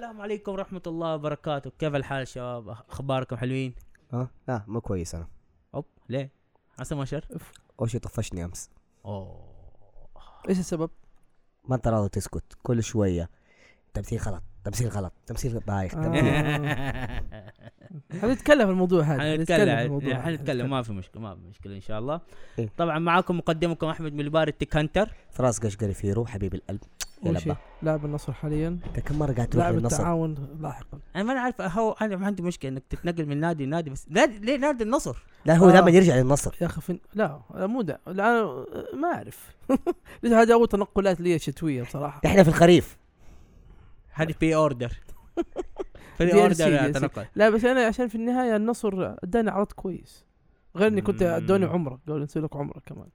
السلام عليكم ورحمة الله وبركاته. كيف الحال شباب؟ أخباركم حلوين؟ لا مو كويس أنا. ليه؟ عسى ما شر؟ أول شي طفشني أمس. إيش السبب؟ ما أنت راضي تسكت كل شوية. تمثيل غلط، تمثيل غلط، تمثيل بايخ. حنتكلم في الموضوع هذا. حنتكلم ما في مشكلة إن شاء الله. إيه؟ طبعا معاكم مقدمكم أحمد مليباري التيك هانتر. فراس قشقري فيرو حبيب القلب. لاعب النصر حاليا. أنت كم مرة قاعد تروح لاعب للنصر؟ التعاون لاحقا. أنا ما أعرف أنا ما عندي مشكلة إنك تتنقل من نادي لنادي، بس ليه نادي النصر؟ لا هو دائما يرجع للنصر يا أخي لا مو ده، لا أنا ما أعرف. لسه هذا أول تنقلات لي شتوية بصراحة. إحنا في الخريف. هذه بي أوردر. في أوردر تنقل. لا بس أنا عشان في النهاية النصر اداني عرض كويس، غير إني كنت ادوني عمرة، قالوا نسوي لك عمرة كمان.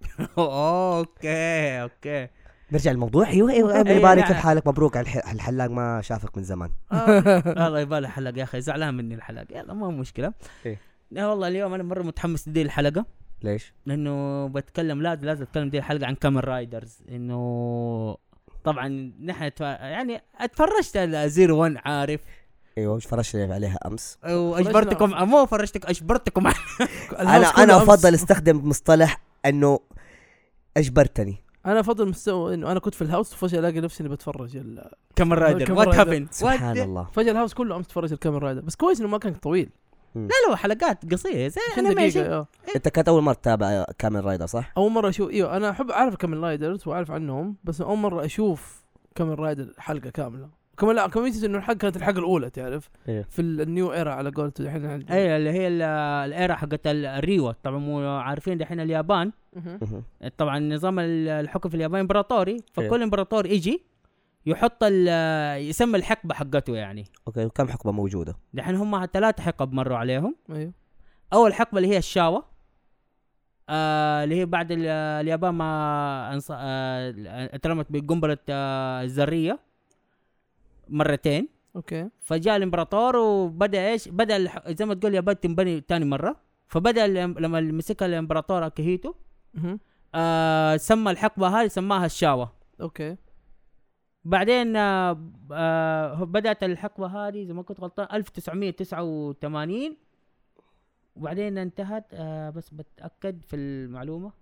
أوكي نرجع للموضوع. ايوه مليباري كيف حالك؟ مبروك على الحلاق، ما شافك من زمان. الله يبالي حلقة يا اخي، زعلان مني الحلقة. يلا ما مشكلة. إيه؟ لا والله اليوم انا مرة متحمس لدي الحلقة. ليش؟ لانه بتكلم لازم اتكلم دي الحلقة عن كامن رايدرز. انه طبعا نحن يعني اتفرجت على 01 عارف. ايوه وش فرشت عليها امس واجبرتكم مو فرجتك اجبرتكم. انا افضل استخدم مصطلح انه اجبرتني. انا افضل مستوى انه انا كنت في الهاوس وفجاه الاقي نفسي اني بتفرج كامن رايدر. وات هابن؟ سبحان الله. فجاه الهاوس كله امس اتفرج الكامن رايدر، بس كويس انه ما كان طويل. لا حلقات قصيره زي انا ماشي. انت كانت اول مره تتابع كامن رايدر صح؟ اول مره اشوف. ايوه انا احب اعرف كامن رايدرز واعرف عنهم، بس اول مره اشوف كامن رايدر حلقه كامله. كمان لا كمان انه الحلقه كانت الحلقه الاولى تعرف. إيه؟ في النيو ايرا على قولته الحين. اي اللي هي الايرا حقت الريوة. طبعا مو عارفين دحين اليابان طبعا نظام الحكم في اليابان امبراطوري، فكل امبراطور يجي يحط يسمى الحقبه حقته يعني. اوكي وكم حقبه موجوده؟ دحين هم 3 حقب مروا عليهم. ايوه اول حقبه اللي هي الشاوا، اللي هي بعد اليابان ما اترمت بقنبله الذريه مرتين. اوكي. فجاء الامبراطور وبدا ايش، بدا زي ما تقول اليابان تنبني تاني مره. فبدا لما مسك الامبراطور اكيهيتو سمى الحقبه هذه سماها الشاوا. اوكي. بعدين بدات الحقبه هذه زي ما كنت غلطان 1989 وبعدين انتهت. بس بتاكد في المعلومه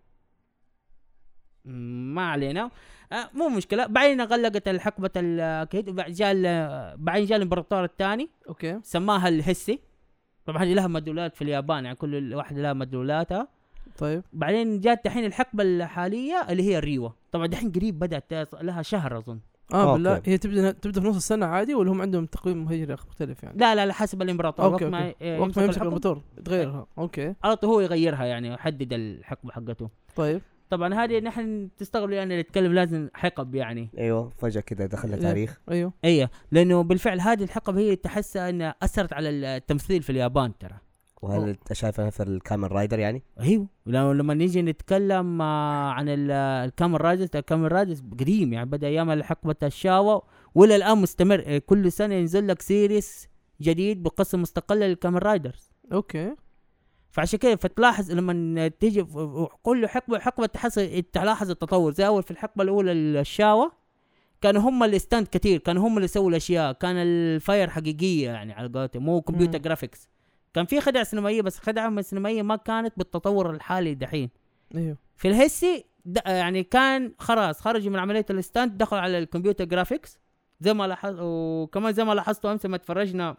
ما علينا. مو مشكله. بعدين غلقت الحقبه الاكيد. بعدين جاء الامبراطور الثاني. اوكي. سماها الهسي. طبعا هذه لها مدلولات في اليابان يعني كل واحده لها مدلولاتها. طيب بعدين جات الحين الحقبه الحاليه اللي هي الريوة. طبعا الحين قريب بدات لها شهر اظن. بالله هي تبدا في نص السنه عادي ولا هم عندهم تقويم هجري مختلف يعني؟ لا حسب الامبراطور. وقت ما يمسك الامبراطور تغيرها. اوكي هو يغيرها يعني يحدد الحقبه حقته. طيب طبعا هذه نحن تستغربوا يعني نتكلم لازم حقب يعني. ايوه فجاه كده دخلنا تاريخ. ايوه لانه بالفعل هذه الحقب هي تحسها انها اثرت على التمثيل في اليابان ترى. وهل انت شايفها في الكامن رايدر يعني؟ ايوه لما نيجي نتكلم عن الكامن رايدرز قديم يعني بدا ايام حقبه الشاوا ولا الان مستمر. كل سنه ينزل لك سيريس جديد بقصه مستقله للكامن رايدرز. اوكي. فعشان كده فتلاحظ لما تيجي كل حقبه تلاحظ التطور. زي اول في الحقبه الاولى الشاوا كانوا هم اللي ستاند كتير، كانوا هم اللي يسووا الاشياء، كان الفاير حقيقيه يعني على قولتهم مو كمبيوتر جرافيكس. كان في خدعه سينمائيه بس خدعه السينمائيه ما كانت بالتطور الحالي دحين. ايوه في الهسي يعني كان خلاص خرجوا من عمليه الستاند دخلوا على الكمبيوتر جرافيكس زي ما لاحظ. وكمان زي ما لاحظتوا امس ما تفرجنا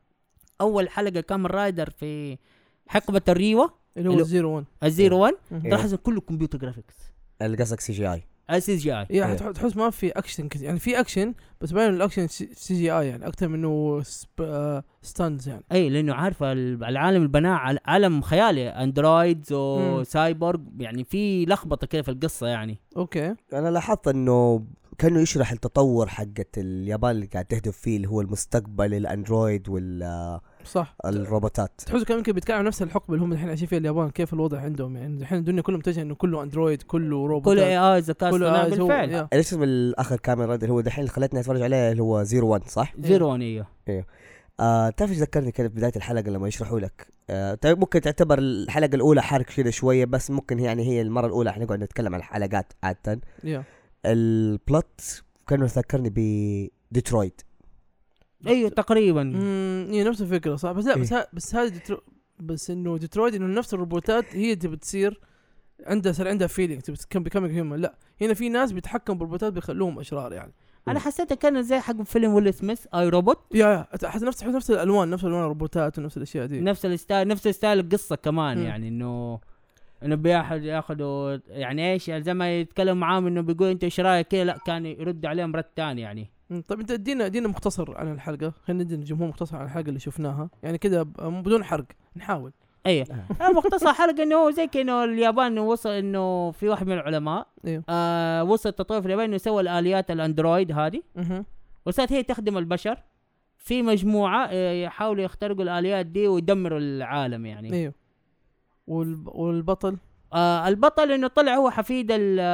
اول حلقه كامن رايدر في حقبه الريوة اللي هو 01 تلاحظ كله كمبيوتر جرافيكس. قصدك سي جي اي؟ سي جي اي يعني تحس ما في اكشن كثير يعني. في اكشن بس باين الاكشن سي جي اي يعني اكثر منه ستاندز يعني. اي لانه عارفه العالم البناء عالم خيالي اندرويدز وسايبورغ يعني في لخبطه كده في القصه يعني. اوكي. انا لاحظت انه كانوا يشرح التطور حقت اليابان اللي قاعد تهدف فيه اللي هو المستقبل الاندرويد وال صح الروبوتات. تحسوا كمان كده بيتكلموا نفس الحقبه اللي هم الحين عايشين فيها اليابان كيف الوضع عندهم يعني. الحين الدنيا كلها متجهه انه كله اندرويد كله روبوتات كله اي ذكاء اصطناعي بالفعل. ايش اسم الاخر كاميرا رايدر هو دحين اللي خلتني اتفرج عليه اللي هو 01 صح؟ 01 ايوه. تعرف ايش ذكرني كده في بدايه الحلقه لما يشرحوا لك طيب ممكن تعتبر الحلقه الاولى حرق كده شويه بس ممكن يعني هي المره الاولى حنقعد نتكلم عن الحلقات عاده. yeah. البلوت كانوا ذكرني بديترويت. ايوه تقريبا. هي نفس الفكره صح، بس لا إيه. بس هذه بس انه ديترويت انه نفس الروبوتات هي تبي تصير عندها فيلينج تبي تكون بيكامينج هيومن. لا هنا في ناس بيتحكم بالروبوتات بيخلوهم اشرار يعني. انا حسيت كان زي حق فيلم ويل سميث اي روبوت. يا نفس الالوان، نفس الوان الروبوتات ونفس الاشياء دي، نفس الستايل القصه كمان. مم. يعني انه بياخذوا يعني ايش زي ما يتكلم معاهم انه بيقول انت ايش رايك كذا، لا كان يرد عليهم رد ثاني يعني. طيب انت ادينا مختصر عن الحلقه، خلينا ندي الجمهور مختصر عن الحلقه اللي شفناها يعني كده بدون حرق نحاول. ايوه مختصر حلقه انه زي كانه اليابان وصل انه في واحد من العلماء ايوه وصل التطور في اليابان انه سوى الاليات الاندرويد هذه وصارت هي تخدم البشر في مجموعه يحاولوا يخترقوا الاليات دي ويدمروا العالم يعني. ايوه والبطل البطل انه طلع هو حفيد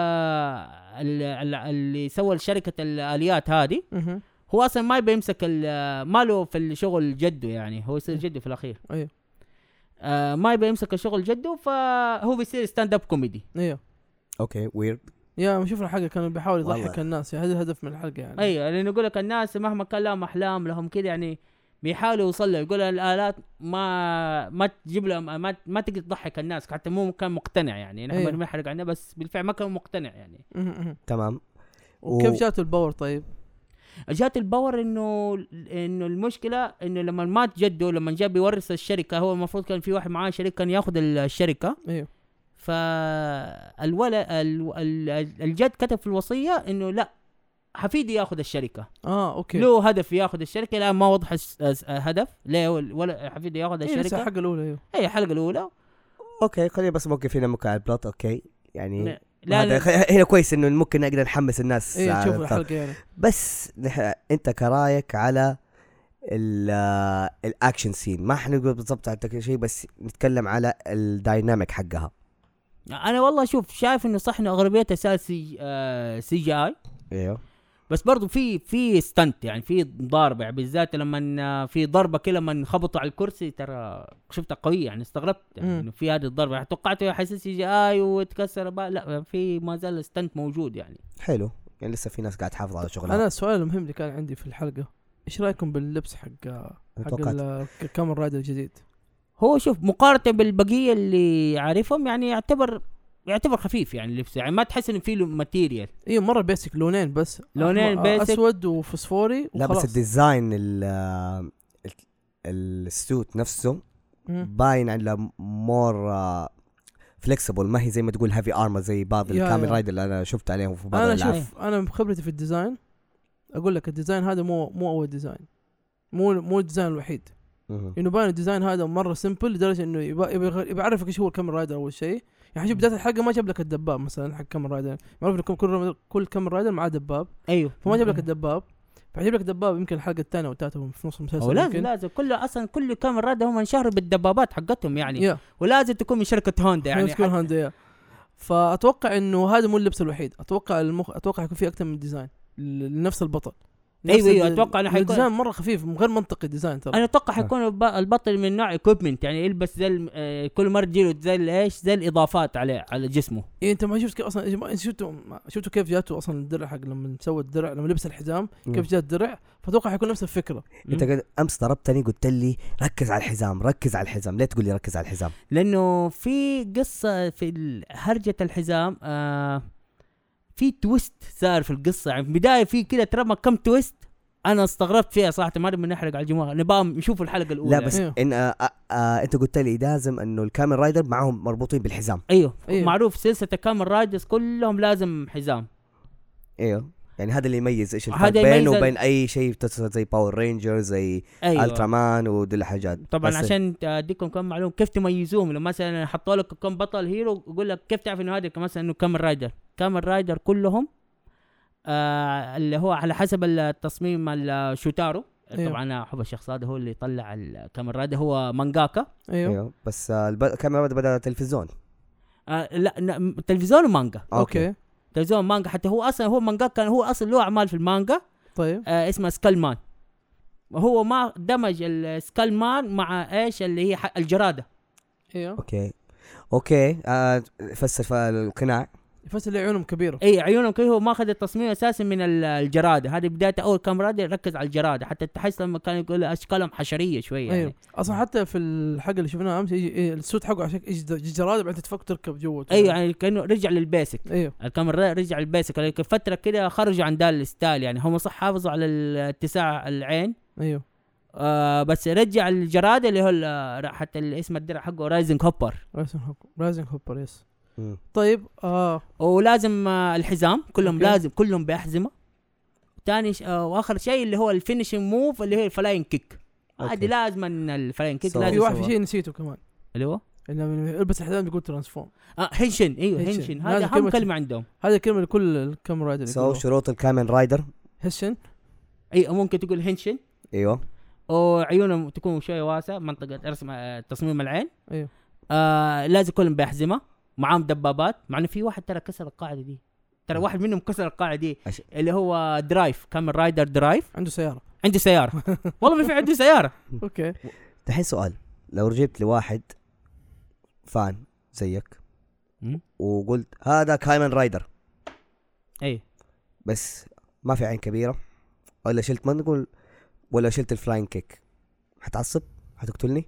اللي سوى شركه الاليات هذه. هو اصلا ما بيمسك ماله في الشغل جده يعني، هو يصير جده في الاخير. ايوه ما يبي يمسك الشغل جده فهو بيصير ستاند اب كوميدي. ايوه اوكي ويرد. يا شوف الحلقه كانوا بيحاول يضحك والله. الناس يعني، هذا الهدف من الحلقه يعني. ايوه لانه يقول لك الناس مهما كان لهم احلام لهم كده يعني بيحاولوا يوصلوا، يقول الالات ما تجيب لهم ما تقدر تضحك الناس حتى مو كان مقتنع يعني. نحن أيوه. ما نحرق عنه بس بالفعل ما كان مقتنع يعني. تمام. وكيف جات الباور طيب؟ جات الباور انه المشكله انه لما مات جده لما جاب يورث الشركه، هو المفروض كان في واحد معاه شريك كان ياخذ الشركه. ايوه فالولد الجد كتب في الوصيه انه لا حفيدي ياخذ الشركه. اوكي له هدف ياخذ الشركه، الان ما وضح هدف ليه ولا حفيدي ياخذ الشركه. هي الحلقه الاولى. ايوه هي الحلقه الاولى. اوكي خلينا بس موقفين ممكن على البلوت. اوكي يعني لا هنا كويس انه ممكن نقدر نحمس الناس. ايه تشوفوا الحلقه يعني. بس انت كرايك على الاكشن سين، ما حنقول بالضبط على كل شيء بس نتكلم على الدايناميك حقها. انا والله شوف شايف انه صح انه اغلبيتها سي جي اي. ايوه بس برضو في ستانت يعني في ضاربه يعني بالذات لما في ضربه كده لما خبطوا على الكرسي ترى شفتها قويه يعني استغربت يعني انه في هذه الضربه يعني توقعته حيصير سي جي اي وتكسر لا في ما زال ستانت موجود يعني. حلو يعني لسه في ناس قاعد تحافظ على شغلها. انا السؤال المهم اللي كان عندي في الحلقه، ايش رايكم باللبس حق الكاميرا رايدر الجديد؟ هو شوف مقارنه بالبقيه اللي عارفهم يعني يعتبر خفيف يعني اللبس يعني ما تحس انه فيه ماتيريال. ايه مره بيسك، لونين بس بيسك اسود وفوسفوري لا بس الديزاين السوت نفسه باين على مور فليكسبل، ما هي زي ما تقول هافي ارمر زي بعض الكاميرا رايدر اللي انا شفت عليهم في بعض الالعاب. انا شوف انا بخبرتي في الديزاين اقول لك الديزاين هذا مو اول ديزاين، مو الديزاين الوحيد. انه باين الديزاين هذا مره سيمبل لدرجه انه يبغى يعرفك ايش هو الكاميرا رايدر اول شيء. يعني شوف بدايه الحلقه ما جاب لك الدباب مثلا حق كاميرا رايدر، معروف انه كل كاميرا رايدر معاه دباب. ايوه فما جاب لك الدباب، فجيب لك دباب يمكن الحلقه الثانيه والثالثه في نص المسلسل. لازم كل كاميرا رايدر هم انشهروا بالدبابات حقتهم يعني. ولازم تكون من شركه هوندا يعني تكون هوندا. فاتوقع انه هذا مو اللبس الوحيد، اتوقع يكون في اكثر من ديزاين لنفس البطل. ايوه اتوقع انه حيكون ديزاين مره خفيف غير منطقي ديزاين ترى. انا اتوقع حيكون البطل من نوع ايكويبمنت يعني يلبس زي كل مره تجيله زي الاضافات على جسمه. إيه انت ما شفت كيف اصلا شفتوا كيف جاته اصلا الدرع حق لما سوى الدرع لما لبس الحزام كيف جاء الدرع، فاتوقع حيكون نفس الفكره. انت امس ضربتني قلت لي ركز على الحزام، ليه تقول لي ركز على الحزام؟ لانه في قصه في هرجه الحزام في تويست صار في القصه يعني في البدايه في كده ترى كم تويست انا استغربت فيها صراحه. ما نبي نحرق على الجمهور، نبغى نشوف الحلقه الاولى. لا بس إن انت قلت لي لازم انه الكاميرا رايدر معهم مربوطين بالحزام. ايوه. معروف سلسله الكاميرا رايدرز كلهم لازم حزام. ايوه يعني هذا اللي يميز ايش الفرق بينه وبين اي شيء زي باور رينجر زي الترامان ودي الحاجات. طبعا عشان اديكم كم معلومه كيف تميزوهم. لو مثلا حطوا لك كم بطل هيرو يقول لك كيف تعرف انه هذا مثلا انه كاميرا رايدر كلهم اللي هو على حسب التصميم الشوتارو. طبعا انا احب الشخص هذا هو اللي يطلع الكاميرا رايدر، هو مانجاكا. ايوه بس الكاميرا بدأ تلفزيون. لا تلفزيون ومانجا. اوكي تلفزيون مانجا، حتى هو اصلا هو مانجا كان هو اصلا له اعمال في المانجا. طيب اسمه سكالمان، وهو ما دمج السكالمان مع ايش اللي هي الجراده. ايوه اوكي فسر القناع. يفسر لي عيونهم كبيره. اي عيونهم كبيره. هو ماخذ التصميم اساسا من الجراده. هذه بدايه اول كم راده يركز على الجراده، حتى تحس لما كان يقول اشكالهم حشريه شويه ايوه يعني. اصلا حتى في الحلقه اللي شفناها امس يجي السوت حقه عشان يجي جراده بعدين تفك تركب جوه. ايوه يعني كانه رجع للبيسك. ايوه الكاميرا رجع للبيسك، لكن فتره كده خرجوا عن ده الستايل يعني. هم صح حافظوا على اتساع العين ايوه بس رجع الجراده اللي هو حتى الاسم الدرع حقه رايزنج هوبر. رايزنج هوبر يس. طيب ولازم الحزام كلهم أوكي. لازم كلهم باحزمه. ثاني واخر شيء اللي هو الفينيشنج موف اللي هي الفلاين كيك. هذه لازم الفلاين كيك لازم. في واحد في شيء نسيته كمان اللي هو لما يلبس الحزام بيقول ترانسفورم. هنشن. ايوه هنشن هذا اهم كلمه عندهم. هذه كلمه لكل الكامن رايدر. سو شروط الكامن رايدر هنشن. ايوه ممكن تقول هنشن. ايوه وعيونهم تكون شويه واسعه منطقه رسم تصميم العين. ايوه لازم كلهم باحزمه معاهم دبابات. مع انه في واحد ترى كسر القاعده دي، ترى واحد منهم كسر القاعده دي اللي هو درايف كامل رايدر درايف. عنده سياره والله ما في عنده سياره. اوكي دحين سؤال، لو جبت لواحد فان زيك وقلت هذا كايمن رايدر اي بس ما في عين كبيره، ولا شلت ما نقول ولا شلت الفلاين كيك، حتعصب حتقتلني؟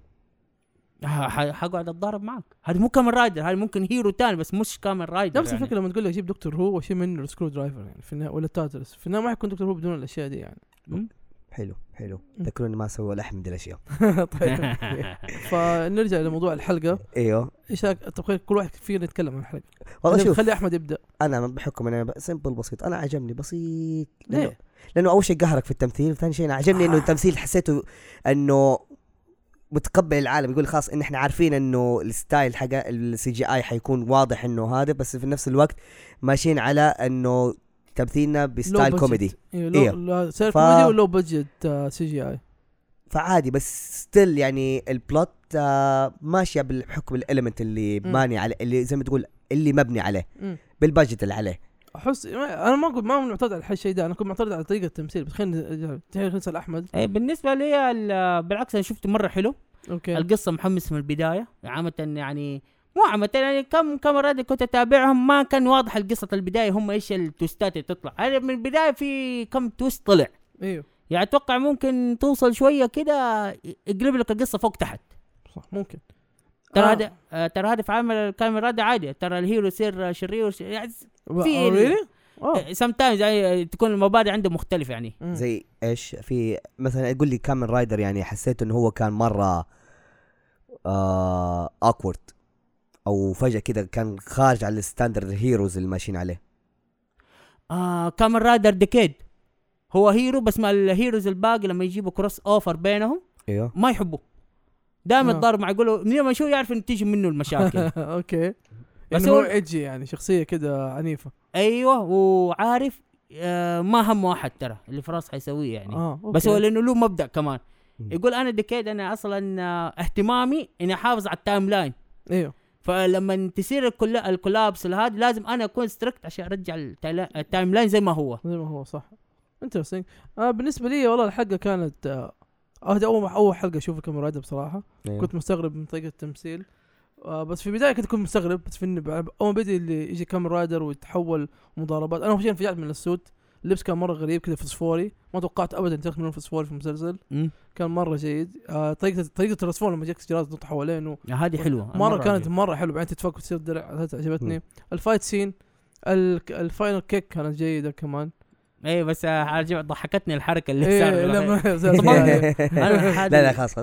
حقعد اتضارب معك. هذا مو كامل رايدر، هذا ممكن هيرو تاني بس مش كامل رايدر. نفس الفكره لما تقول لك جيب دكتور هو وشيء منه السكرو درايفر يعني في النهايه، ولا تاترس في النهايه ما حيكون دكتور هو بدون الاشياء دي يعني. حلو ذكروني ما اسوي ولا احد من الاشياء. طيب فنرجع لموضوع الحلقه. ايوه ايش طب كل واحد فينا يتكلم عن الحلقه. والله شوف خلي احمد يبدا. انا بحكم انا سمبل بسيط، انا عجبني بسيط. لانه اول شيء قهرك في التمثيل، وثاني شيء انا عجبني انه التمثيل حسيته انه متقبل العالم. يقول خلاص ان احنا عارفين انه الستايل حق السي جي اي حيكون واضح انه هذا، بس في نفس الوقت ماشيين على انه تمثيلنا بستايل كوميدي. ايوه سير كوميدي ولو بادجت سي جي اي، فعادي. بس ستيل يعني البلوت ماشيه بالحكم الاليمنت اللي ماني على اللي زي ما تقول اللي مبني عليه بالبادجت اللي عليه. احس انا ما اقول ما معترض على الشيء ده، انا كنت معترض على طريقه التمثيل. بس خلينا نسال احمد. بالنسبه لي بالعكس انا شفته مره حلو. أوكي. القصه محمس من البدايه عامه يعني مو عامه يعني كم رادي كنت اتابعهم ما كان واضح القصه البدايه هم ايش التوستات اللي تطلع. يعني من البدايه في كم توست طلع. ايوه يعني اتوقع ممكن توصل شويه كده يقلب لك القصه فوق تحت. صح ممكن. ترى هذا في عمل الكاميرا رادي عادي. ترى الهيرو يصير شرير يعني في سم تايمز يعني تكون المبادئ عنده مختلفه يعني. زي ايش في مثلا يقول لي كامن رايدر يعني حسيت انه هو كان مره اوكورد او فجاه كده كان خارج على الستاندرد الهيروز اللي ماشيين عليه. كامن رايدر ديكيد هو هيرو بس مع الهيروز الباقي لما يجيبوا كروس اوفر بينهم ايوه ما يحبوا دائما يتضارب مع يقولوا منين ما شو يعرف ان تيجي منه المشاكل. اوكي بس هو ايجي يعني شخصيه كده عنيفه. ايوه وعارف ما هم واحد ترى اللي في راسه حيسويه يعني. بس هو لانه له مبدأ كمان يقول انا ديكيد انا اصلا اهتمامي اني احافظ على التايم لاين. ايوه فلما تصير الكولابس هذا لازم انا اكون ستريكت عشان ارجع التايم لاين زي ما هو صح. انترستينج. بالنسبه لي والله الحلقه كانت هذه اول حلقه اشوفها كاميرا رايدر بصراحه. كنت مستغرب من طريقه التمثيل. بس في البدايه كنت مستغرب، بس في اول بدي اللي يجي كاميرا رايدر ويتحول مضاربات. انا فعلا انفجعت من السوت. اللبس كان مره غريب كذا فسفوري، ما توقعت ابدا تاخذ منه فسفوري في المسلسل. كان مره جيد. طريقه الترانسفورم لما جاك جراز تنط حوالينه هذه حلوه مره كانت مره حلوه. بعدين تتفك وتصير درع عجبتني. الفايت سين الفاينل كيك كانت جيده كمان. ايه بس ضحكتني الحركه اللي صار. لا خلاص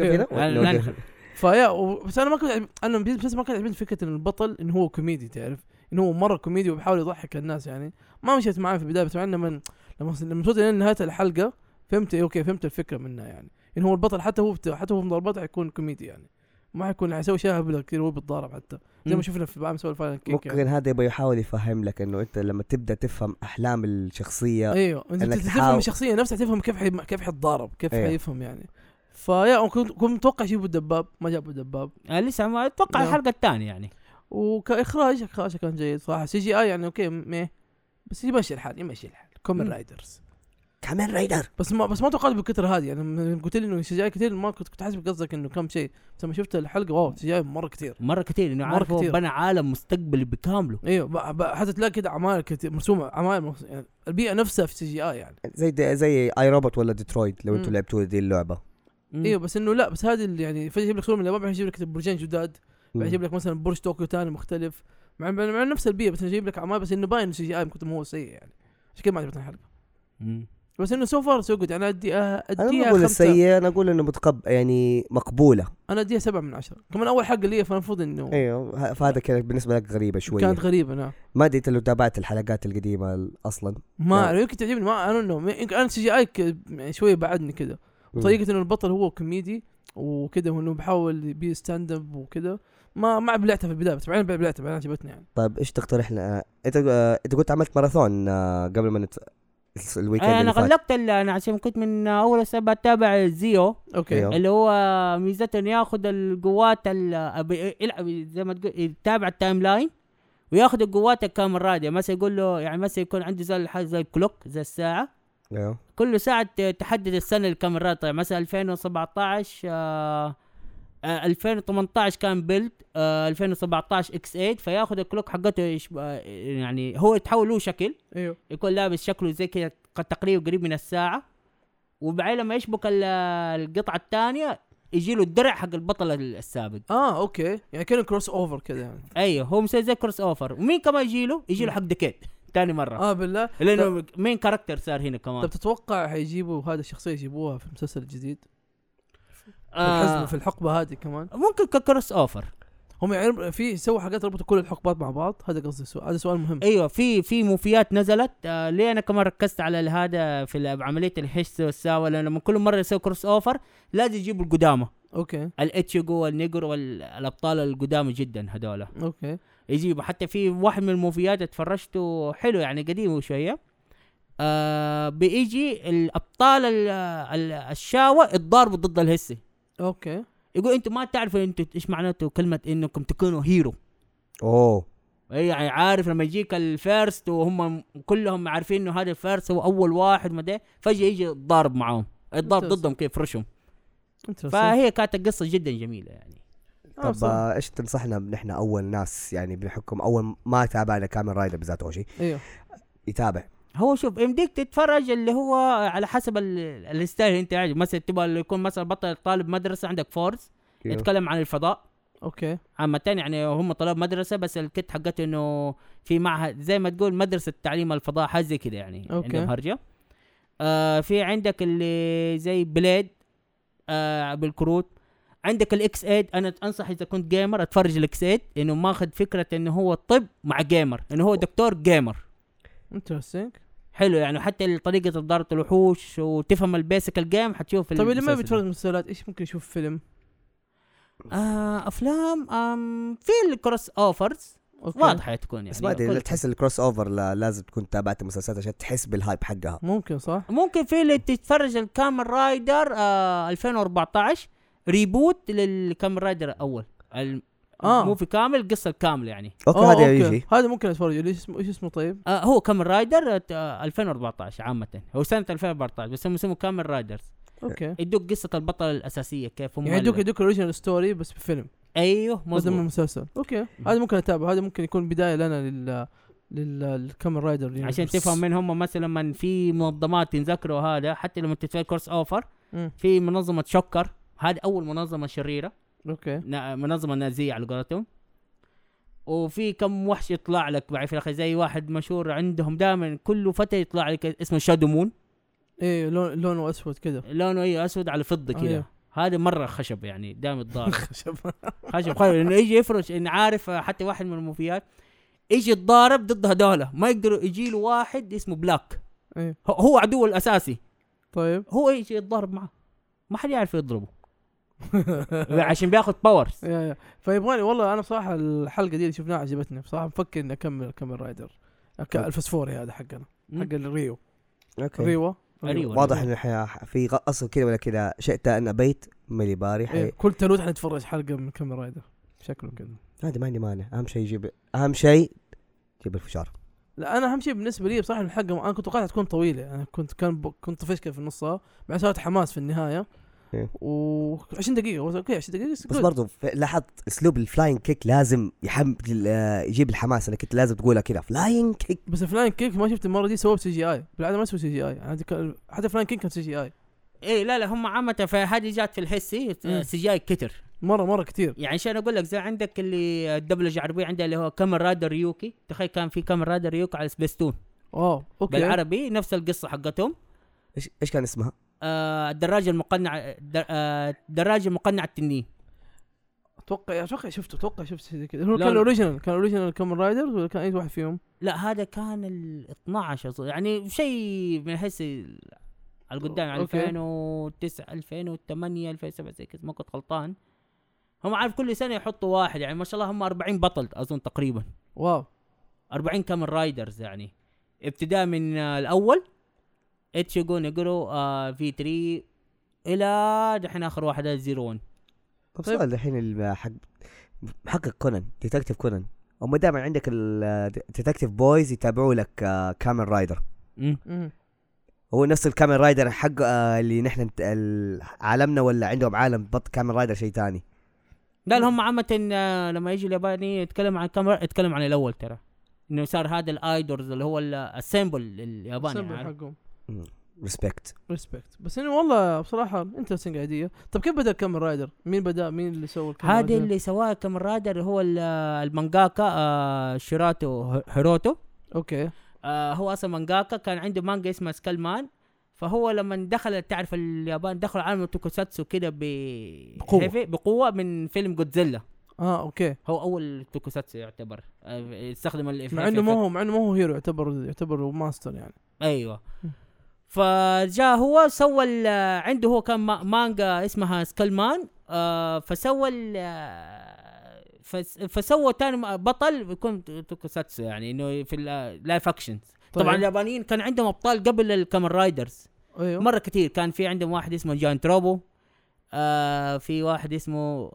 فيا بس انا ما كنت عجبني فكره ان البطل انه هو كوميدي، تعرف انه هو مره كوميدي وبيحاول يضحك الناس يعني. ما مشيت معاه في البدايه، بس لما وصلت لنهايه الحلقه فهمت اوكي فهمت الفكره منها يعني. انه هو البطل حتى هو في مضارباته حيكون كوميدي يعني، ما حيكون حيسوي شيء هبل كثير وهو بيتضارب حتى زي ما شفنا في بعض الفاينل كيك. ممكن يعني هذا يبغى يحاول يفهم لك انه انت لما تبدا تفهم احلام الشخصيه. ايوه انت تفهم الشخصيه نفسها، تفهم كيف حيتضارب كيف حيفهم يعني. فيا كنت متوقع يجيبوا الدباب، ما جابوا الدباب. لسه ما اتوقع الحلقه الثانيه يعني. وكاخراج كان جيد صراحه. سي جي اي يعني اوكي بس يمشي الحال كومن رايدرز كمان رايدر. بس ما توقعت بالكثره هذه يعني. لما قلت لي انه سي جي اي كثير ما كنت حاسب قصدك انه كم شيء، بس لما شفت الحلقه واو سي جي اي مره كثير انه عارف بنى عالم مستقبلي بكامله. ايوه حتى تلاقي كده اعمال كثير مرسومه، اعمال يعني البيئه نفسها في سي جي اي يعني زي اي روبوت ولا ديترويت لو انتم لعبتوا دي اللعبه. ايوه بس انه لا، بس هذه اللي يعني فجاه يجيب لك صوره من اليابان، يجيب لك برجين جداد، يجيب لك مثلا برج طوكيو ثاني مختلف مع نفس البيئه، بس يجيب لك اعمال بس انه باين سي جي اي كنت هو سيء يعني. عشان كده ما عجبتني الحلقه. بس انه سو فار سو جود. انا اديها انا اقول السيء، انا اقول انه يعني مقبوله. انا اديها 7 من 10 كمان. اول حلقه لي فالمفروض انه ايوه، فهذا كانت بالنسبه لك غريبه شويه. كانت غريبه نعم. ما ادري لو تابعت الحلقات القديمه اصلا. ما يمكن تعجبني، ما انا انه انا سي جي اي يعني شويه بعدني كده، وطريقه انه البطل هو كوميدي وكده، وانه بيحاول يبي ستاند اب وكده. ما بلعتها في البدايه، بس بعدين بلعتها بعدين عجبتني يعني. طيب ايش تقترح لنا؟ انت قلت عملت ماراثون قبل ما الويكند انا غلقت انا عشان كنت من اول سبب اتابع زيو. اوكي. اللي هو ميزته انه ياخذ القوات يلعب زي ما تقول، يتابع التايم لاين وياخذ القوات الكامل راديو. مثلا يقول له يعني مثلا يكون عنده زي الكلوك زي الساعه، كل ساعه تحدد السنه الكامل راديو. مثلا 2017 2018 كان بيلد 2017 اكس 8، فياخذ الكلوك حقته يعني هو يتحول له شكل. ايوه يكون لابس شكله زي كذا تقريبا قريب من الساعه، وبعدين لما يشبك القطعه الثانيه يجي له الدرع حق البطل السابق. اوكي يعني كان كروس اوفر كده يعني. ايوه هو مسوي زي كروس اوفر. ومين كمان يجي له حق ديكيد ثاني مره. بالله، لانه مين كاركتر صار هنا كمان. طب تتوقع هيجيبوا هذا الشخصيه يجيبوها في المسلسل الجديد في الحقبه هذه كمان؟ ممكن ككروس اوفر. هم يعني في سووا حاجات ربطوا كل الحقبات مع بعض. هذا قصدي هذا سؤال مهم. ايوه في موفيات نزلت. ليه انا كمان ركزت على هذا في عمليه الحس والساوى، لما كل مره يسوي كروس اوفر لازم يجيبوا القدامى. اوكي. الاتشيجو والنيجر والابطال القدامى جدا هذول. اوكي. يجيبوا حتى في واحد من الموفيات اتفرجته حلو يعني قديم شويه. بيجي الابطال الشاوى يتضاربوا ضد الهسي. اوكي. يقول انتوا ما تعرفوا انتوا ايش معناته كلمه انكم تكونوا هيرو. يعني عارف لما يجيك الفيرست وهم كلهم عارفين انه هذا الفيرست هو اول واحد ما ده، فجاه يجي الضارب معاهم، الضارب ضدهم كيف فرشهم. فهي كانت قصه جدا جميله يعني. طب ايش تنصحنا نحن اول ناس يعني بنحكم اول ما تابعنا كامل رايدر بالذات اول شيء يتابع؟ هو شوف يمديك تتفرج اللي هو على حسب الستايل انت عايز. مثلا تبغى يكون مثلا بطل طالب مدرسه، عندك فورز يتكلم عن الفضاء. اوكي. عامه يعني هم طلاب مدرسه بس الكت حقته انه في معهد زي ما تقول مدرسه تعليم الفضاء حاجه زي كده يعني. عندهم هرجه. في عندك اللي زي بليد بالكروت. عندك الاكس 8. انا انصح اذا كنت جيمر اتفرج الاكس 8 انه ماخذ فكره انه هو طب مع جيمر، انه هو دكتور جيمر. انترستينج. حلو يعني حتى طريقه ضرب الوحوش وتفهم البيسك الجيم حتشوف. طيب اللي ما بيتفرج مسلسلات ايش ممكن يشوف فيلم؟ افلام في الكروس اوفرز واضحه تكون يعني. بس ما ادري تحس الكروس اوفر لازم تكون تابعت المسلسلات عشان تحس بالهايب حقها. ممكن صح. ممكن في اللي تتفرج الكامل رايدر 2014 ريبوت للكامل رايدر الاول مو في كامل قصة كاملة يعني. هذا يجي هذا ممكن اتفرج. ايش اسمه طيب؟ هو كامل رايدر 2014 عامة. هو سنة 2014 بس هم اسمه كامل رايدرز. اوكي. يدوك قصة البطل الأساسية كيف هم يعني يدوك اوريجينال ستوري بس بفيلم. ايوه مظبوط. هذا مسلسل. اوكي. هذا ممكن اتابعه. هذا ممكن يكون بداية لنا للكامل رايدر عشان تفهم من هم. مثلا من في منظمات تنذكروا هذا حتى لما تتفرج كورس اوفر في منظمة شوكر. هذه أول منظمة شريرة. اوكي. منظمة نازية على قولتهم. وفي كم وحش يطلع لك بعد في الأخير زي واحد مشهور عندهم دائما كل فترة يطلع لك اسمه شادو مون. ايه لونه اسود كده. لونه اسود على فضة كده. هذا مرة خشب يعني دائما الضارب. خشب انه يجي يفرش. ان عارف حتى واحد من الموفيات يجي الضارب ضد هذولا ما يقدروا يجي له واحد اسمه بلاك. هو عدو الأساسي. طيب هو يجي يتضارب معه ما حد يعرف يضربه. عشان بياخد باورز. فيبغاني والله. انا بصراحه الحلقه دي اللي شفناها عجبتني بصراحه. مفكر اني اكمل كامل رايدر الفسفوري هذا حقنا حق الريو. اوكي. ريو. واضح انه في اصل كذا ولا كذا. شئت ان ابيت ملي باري كل تلوت حنتفرج حلقه من كامل رايدر شكله كذا. هذا ما عندي مانع. اهم شيء جيب الفشار. لا انا اهم شيء بالنسبه لي بصراحه الحلقه انا كنت توقعتها تكون طويله يعني كنت فشكل في نصها مع سويت حماس في النهايه و20 دقيقه اوكي 20 دقيقه بس برضو لاحظت اسلوب الفلاين كيك لازم يجيب الحماس انك انت لازم تقولها كذا فلاين كيك. بس الفلاين كيك ما شفت المره دي سووا CGI بالعاده ما سووا CGI يعني حتى فلاين كيك كان CGI. ايه لا هم عامه فهذه جات في الحسي CGI كتر مره كتير يعني عشان اقول لك زي عندك اللي الدبلجه العربيه عندها اللي هو كامن رايدر ريوكي. تخيل كان في كامن رايدر ريوكي على سبيستون اوكي بالعربي نفس القصه حقتهم. ايش كان اسمها؟ الدراجه المقنعه دراجه المقنعه التنين. اتوقع شفت شيء كذا. هو كان اوريجينال كامن رايدر ولا كان اي واحد فيهم؟ لا هذا كان ال 12 يعني شيء من حيث القدام 2009 2008 2007 زي كذا ما كنت غلطان. هم عارف كل سنه يحطوا واحد يعني ما شاء الله هم 40 بطل اظن تقريبا. واو 40 كامن رايدرز يعني ابتداء من الاول اتشيجو نيجرو في 3 الى دحين اخر واحد 01. طب سؤال دحين حق كونان ديتكتيف كونان هم دائما عندك الديتكتيف بويز يتابعوا لك كامن رايدر. هو نفس الكامن رايدر حق اللي نحن عالمنا ولا عندهم عالم بط كامن رايدر شيء تاني؟ لا هم عامة لما يجي الياباني يتكلم عن الكاميرا يتكلم عن الاول ترى انه صار هذا الايدورز اللي هو السيمبل الياباني حقهم. ريسبكت بس انه والله بصراحه انترستنج ايديا. طب كيف بدا الكامن رايدر؟ مين اللي سوى الكامن رايدر؟ هذا اللي سواه الكامن رايدر هو المانجاكا شيراتو هيروتو. اوكي هو اصلا مانجاكا كان عنده مانجا اسمها سكالمان. فهو لما دخل تعرف اليابان دخل عالم التوكوساتسو كده بقوه من فيلم جودزيلا. اوكي هو اول توكوساتسو يعتبر استخدم مع انه ما هو هيرو يعتبر ماستر يعني. ايوه فجاء هو سوى عنده هو كان مانجا اسمها سكالمان. فسوى تاني بطل بيكون توكوساتسو يعني انه في اللايف اكشنز. طبعا اليابانيين كان عندهم ابطال قبل الكامن رايدرز. أيوه. مره كتير كان في عندهم واحد اسمه جان تروبو. في واحد اسمه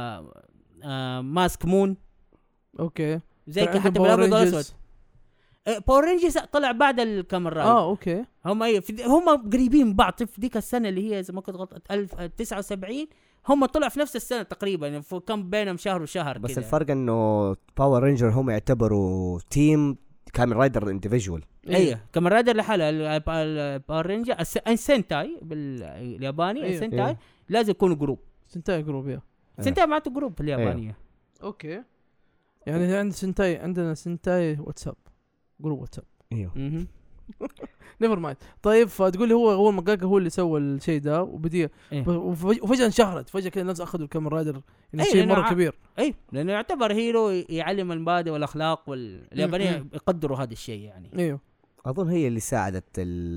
ماسك مون. اوكي زي حتى بالابيض والاسود. باور رينجرز طلع بعد الكامن رايدر. اوكي هم قريبين من بعض في ديك السنه اللي هي زي ما كنت غلطت 1979 هم طلع في نفس السنه تقريبا يعني كم بينهم شهر وشهر. بس الفرق انه باور رينجر هم يعتبروا تيم كامن رايدر انديفيدوال. ايوه كامن رايدر لحاله. الباور رينجر السنتاي بالياباني. أيوه. السنتاي لازم يكونوا جروب. سنتاي جروب يا سنتاي معناته جروب باليابانيه. اوكي يعني عندنا سنتاي واتساب جروب واتساب. ايوه نيفر مايند. طيب فتقول لي هو مانجاكا هو اللي سوى الشيء ده وبدي وفجاه انشهرت فجاه كده الناس اخذوا الكامن رايدر يعني شيء مره كبير. لانه يعتبر هيرو يعلم المبادئ والاخلاق واليابانيين يقدروا هذا الشيء يعني. ايوه اظن هي اللي ساعدت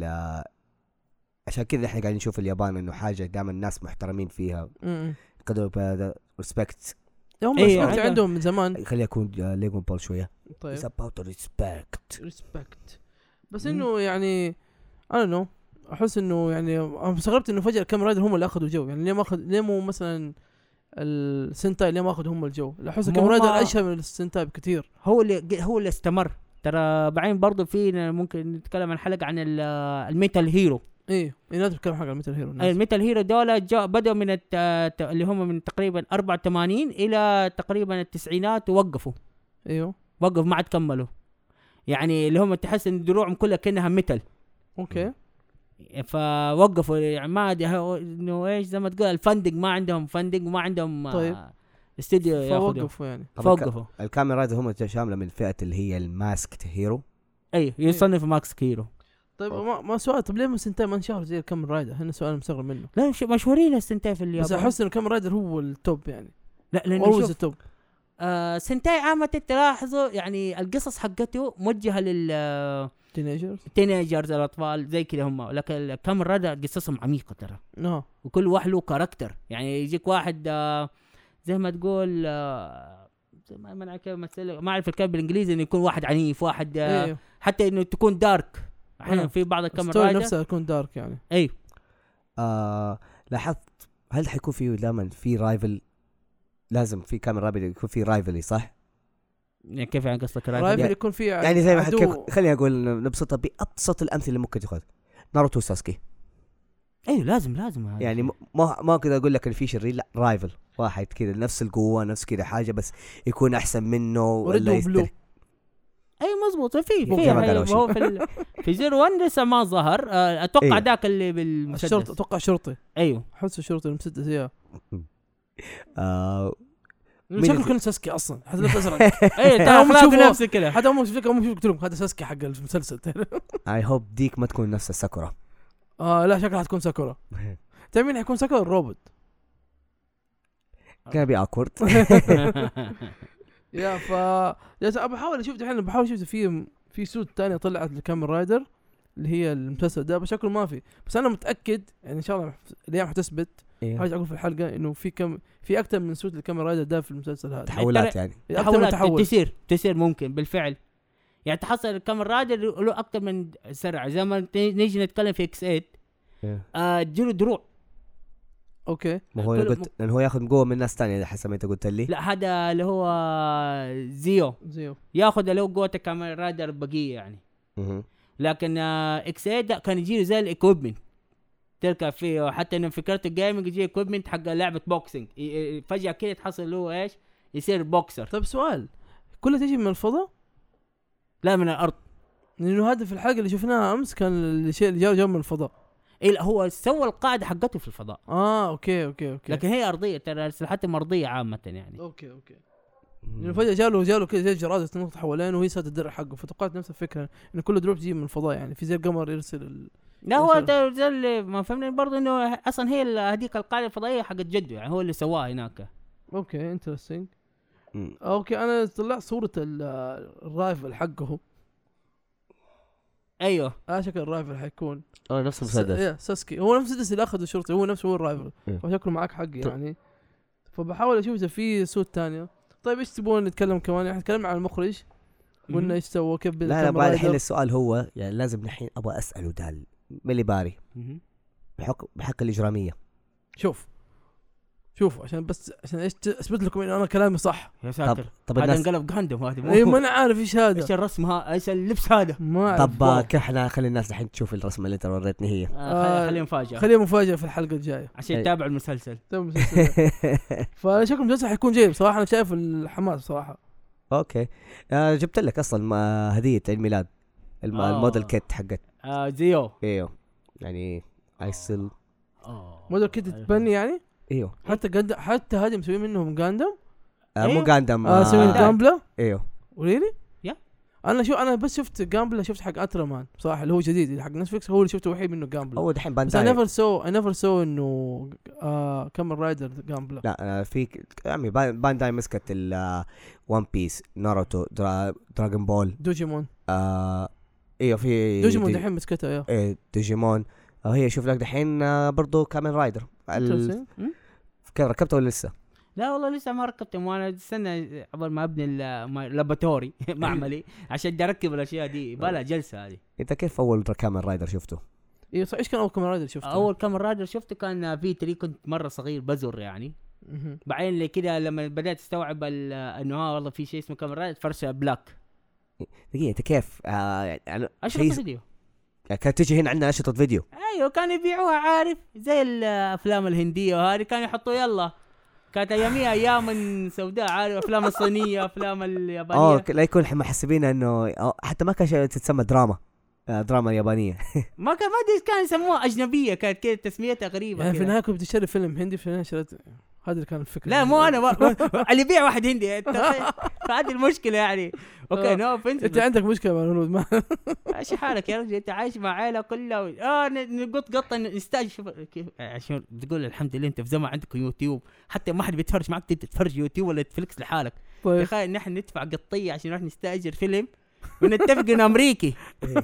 عشان كذا احنا قاعدين نشوف اليابان انه حاجه دائما الناس محترمين فيها قدروا بهذا ريسبكت. هم عندهم من زمان. خليه يكون ليجون بول شويه. طيب it's about respect بس انه يعني انا احس انه يعني انا استغربت انه فجاه الكامن رايدر هم اللي اخذوا الجو يعني. ليه مو مثلا السنتاي ليه ما اخذ هم الجو؟ احس الكامن رايدر اشهر من السنتاي بكثير. هو اللي استمر ترى. بعدين برضو في ممكن نتكلم عن حلقه عن الميتال هيرو. لازم نتكلم حق الميتال هيرو. الميتال هيرو دول بدأوا من اللي هم من تقريبا 84 الى تقريبا التسعينات ووقفوا. وقف ما عاد كملوا يعني اللي هم تحس ان دروعهم كلها كأنها ميتال. اوكي فوقفوا يعني ما انه ايش زي ما تقول الفندق ما عندهم فندق وما عندهم استوديو ياخذوا. فوقفوا يعني فوقفوا. الكامن رايدر هم شامله من فئه اللي هي الماسكت هيرو. يصنف ماسك هيرو. طيب ما سؤال. طب ليه السنتاي ما انشهر زي الكامن رايدر؟ هنا سؤال مستغرب منه. لا مشهورين السنتاي في اليابان بس احس ان الكامن رايدر هو التوب يعني. لا لانه شوف التوب. سنتاي عامة تلاحظوا يعني القصص حقته موجهة لل تينيجرز الأطفال زي كده هم. لكن الكامن رايدر قصصهم عميقة ترى. وكل واحد له كاركتر يعني. يجيك واحد زي ما تقول زي ما منع كيف مثلا ما أعرف الكلام بالإنجليزي إنه يكون واحد عنيف واحد حتى إنه تكون دارك. أحيانا في بعض الكامن رايدر نفسها تكون دارك يعني. لاحظت هل حيكون في دائما في رايفل؟ لازم في كامن رايدر يكون في رايفلي صح؟ كيف يعني قصدك رايفل يكون فيه يعني زي ما خليني اقول نبسطها بابسط الامثله اللي ممكن تاخذ ناروتو ساسكي. ايوه لازم هذا يعني ما كذا اقول لك ان في شرير، لا رايفل واحد كذا نفس القوه نفس كذا حاجه بس يكون احسن منه ولا بلو. اي مزبوط هو في زيرو 1 لسه ما ظهر. اتوقع ذاك اللي بالمسدس الشرطه، اتوقع شرطي. ايوه حس الشرطي المسدس يا مين شكله كان ساسكي اصلا حتى لو ازرق. اي تعال نفس كده حتى هم قلت لهم هذا ساسكي حق المسلسل. اي هوب ديك ما تكون نفس الساكورا. لا شكلها حتكون ساكورا. تعرف مين حيكون ساكورا؟ الروبوت. كان بي اكورد. يا بحاول اشوف الحين، بحاول اشوف في سوت تانية طلعت لكامل رايدر اللي هي المسلسل ده، بشكل ما في، بس انا متاكد يعني ان شاء الله الايام حتثبت. حاجه اقول في الحلقه انه في اكثر من سوت لكامل رايدر ده في المسلسل هذا. تحولات يعني تحولات تصير ممكن بالفعل. يعني تحصل كامل رايدر له اكثر من سرعه، زي ما نيجي نتكلم في اكس 8 تجيله دروع. اوكي ما هو قلت انه هو ياخذ قوه من ناس ثانيه حسب ما انت قلت لي. لا هذا اللي هو زيو ياخذ اللي هو قوه كامل رايدر بقيه يعني. لكن اكس 8 كان يجي زي الايكويبمنت تركب فيه، حتى انه فكره الجيمنج يجي ايكويبمنت حق لعبه بوكسينج فجاه كده تحصل له ايش يصير بوكسر. طيب سؤال، كلها تيجي من الفضاء؟ لا من الارض، لانه هذا في الحلقه اللي شفناها امس كان الشيء اللي جاء من الفضاء. لا هو سوى القاعده حقته في الفضاء. اوكي لكن هي ارضيه، ترى اسلحتها مرضيه عامه يعني. اوكي لانه فجاه جاله كذا زي جراد تنط حوالين وهي صارت الدرع حقه، فتوقعت نفس الفكره انه كل دروب تجي من الفضاء، يعني في زي القمر يرسل لا هو زي اللي ما فهمني برضه انه اصلا هي هذيك القاعده الفضائيه حقت جده، يعني هو اللي سواها هناك. اوكي انترستينج. اوكي انا طلعت صوره الرايفل حقه. ايوه شكل الرايفل حيكون نفس المسدس. ساسكي هو نفس المسدس اللي اخذه الشرطي، هو نفسه هو الرايفل. وشكله معك حق يعني. فبحاول اشوف اذا في صوت تانية. طيب ايش تبون نتكلم كمان؟ يعني نتكلم عن المخرج قلنا ايش سوى كيف لا بعد الحين السؤال هو يعني لازم الحين ابغى اساله دال ملي باري بحق الاجراميه. شوف عشان ايش اثبت لكم انه انا كلامي صح. يا ساتر طب هذا انقلب غاندم هذا. اي ما انا عارف ايش هذا، ايش الرسم ايش اللبس هذا. طب كحنا خلي الناس الحين تشوف الرسمه اللي انت وريتني هي. خليها مفاجاه في الحلقه الجايه عشان يتابع المسلسل. فشكل المسلسل حيكون جيد صراحه، انا شايف الحماس صراحه. اوكي جبت لك اصلا هديه عيد ميلاد الموديل كيت حقت زيو. ايوه يعني ايسل موديل كيت تبني يعني. ايوه حتى هذه مسوي منهم غاندم. مو غاندم مسوي غامبلا. ايوه وليلي انا بس شفت غامبلا، شفت حق اترمان بصراحه اللي هو جديد حق نتفلكس، هو اللي شفته وحيد منه غامبلا. هو دحين بس اي نيفر سو انه كامل رايدر غامبلا. لا في يعني بانداي مسكت ون بيس، ناروتو، دراغون بول، دوجيمون. ايوه في دوجيمون دحين مسكتها. ايه دوجيمون. هي شوف لك دحين برضو كامل رايدر. كيف ركبته ولا لسه؟ لا والله لسه ما ركبته، وانا استنى قبل ما ابني اللاباتوري معملي عشان اركب الاشياء دي، بلا جلسه هذه. انت كيف اول كامل رايدر شفته؟ ايه صح. ايش كان اول كامل رايدر شفته؟ اول كامل رايدر شفته كان في 3، كنت مره صغير بزر يعني. بعدين اللي كده لما بدات استوعب انه والله في شيء اسمه كامل رايدر فرشه بلاك. دقيقه انت كيف يعني اشرطه فيديو يعني كانت تجي هنا عندنا اشرطه فيديو. ايوه كانوا يبيعوها عارف زي الافلام الهنديه وهذه، كانوا يحطوا يلا كانت اياميها ايام سوداء عارف، افلام الصينيه افلام اليابانيه. لا يكون محسبين انه حتى ما كان تتسمى دراما يابانيه. ما ادري كان يسموها اجنبيه، كانت كده تسميتها غريبه يعني في النهايه كنت بتشتري فيلم هندي، في النهايه شريت هذا اللي كان الفكره. لا مو انا اللي يبيع واحد هندي هذه المشكله يعني. اوكي نو فنت انت عندك مشكله مع الهنود ما ايش حالك يا رجل؟ انت عايش مع عائله كلها نقط قطه نستاجر كيف عشان تقول الحمد لله انت في زمان عندكم يوتيوب، حتى ما حد بيتفرج معك تتفرج يوتيوب ولا نتفلكس لحالك. تخيل ان احنا ندفع قطيه عشان نروح نستاجر فيلم ونتفق انه امريكي.